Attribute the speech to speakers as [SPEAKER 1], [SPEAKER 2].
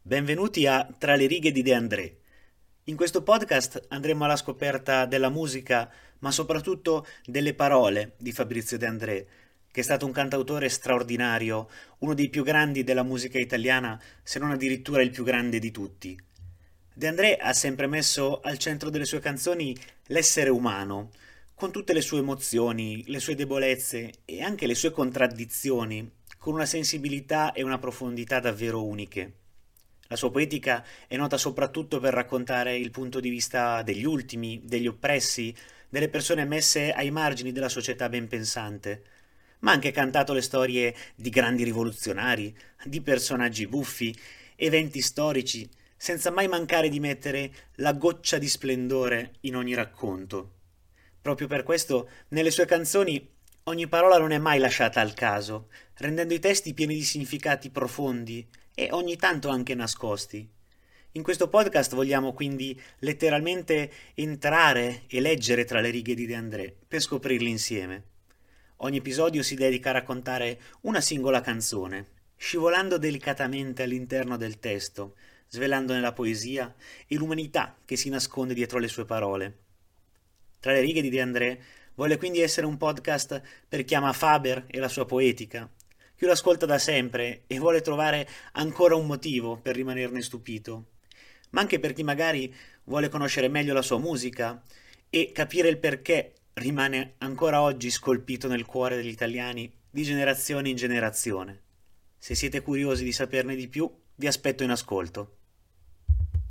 [SPEAKER 1] Benvenuti a Tra le righe di De André. In questo podcast andremo alla scoperta della musica, ma soprattutto delle parole di Fabrizio De André, che è stato un cantautore straordinario, uno dei più grandi della musica italiana, se non addirittura il più grande di tutti. De André ha sempre messo al centro delle sue canzoni l'essere umano, con tutte le sue emozioni, le sue debolezze e anche le sue contraddizioni, con una sensibilità e una profondità davvero uniche. La sua poetica è nota soprattutto per raccontare il punto di vista degli ultimi, degli oppressi, delle persone messe ai margini della società ben pensante, ma ha anche cantato le storie di grandi rivoluzionari, di personaggi buffi, eventi storici, senza mai mancare di mettere la goccia di splendore in ogni racconto. Proprio per questo, nelle sue canzoni, ogni parola non è mai lasciata al caso, rendendo i testi pieni di significati profondi e ogni tanto anche nascosti. In questo podcast vogliamo quindi letteralmente entrare e leggere tra le righe di De André per scoprirli insieme. Ogni episodio si dedica a raccontare una singola canzone, scivolando delicatamente all'interno del testo, svelandone la poesia e l'umanità che si nasconde dietro le sue parole. Tra le righe di De André vuole quindi essere un podcast per chi ama Faber e la sua poetica, chi lo ascolta da sempre e vuole trovare ancora un motivo per rimanerne stupito, ma anche per chi magari vuole conoscere meglio la sua musica e capire il perché rimane ancora oggi scolpito nel cuore degli italiani di generazione in generazione. Se siete curiosi di saperne di più, vi aspetto in ascolto.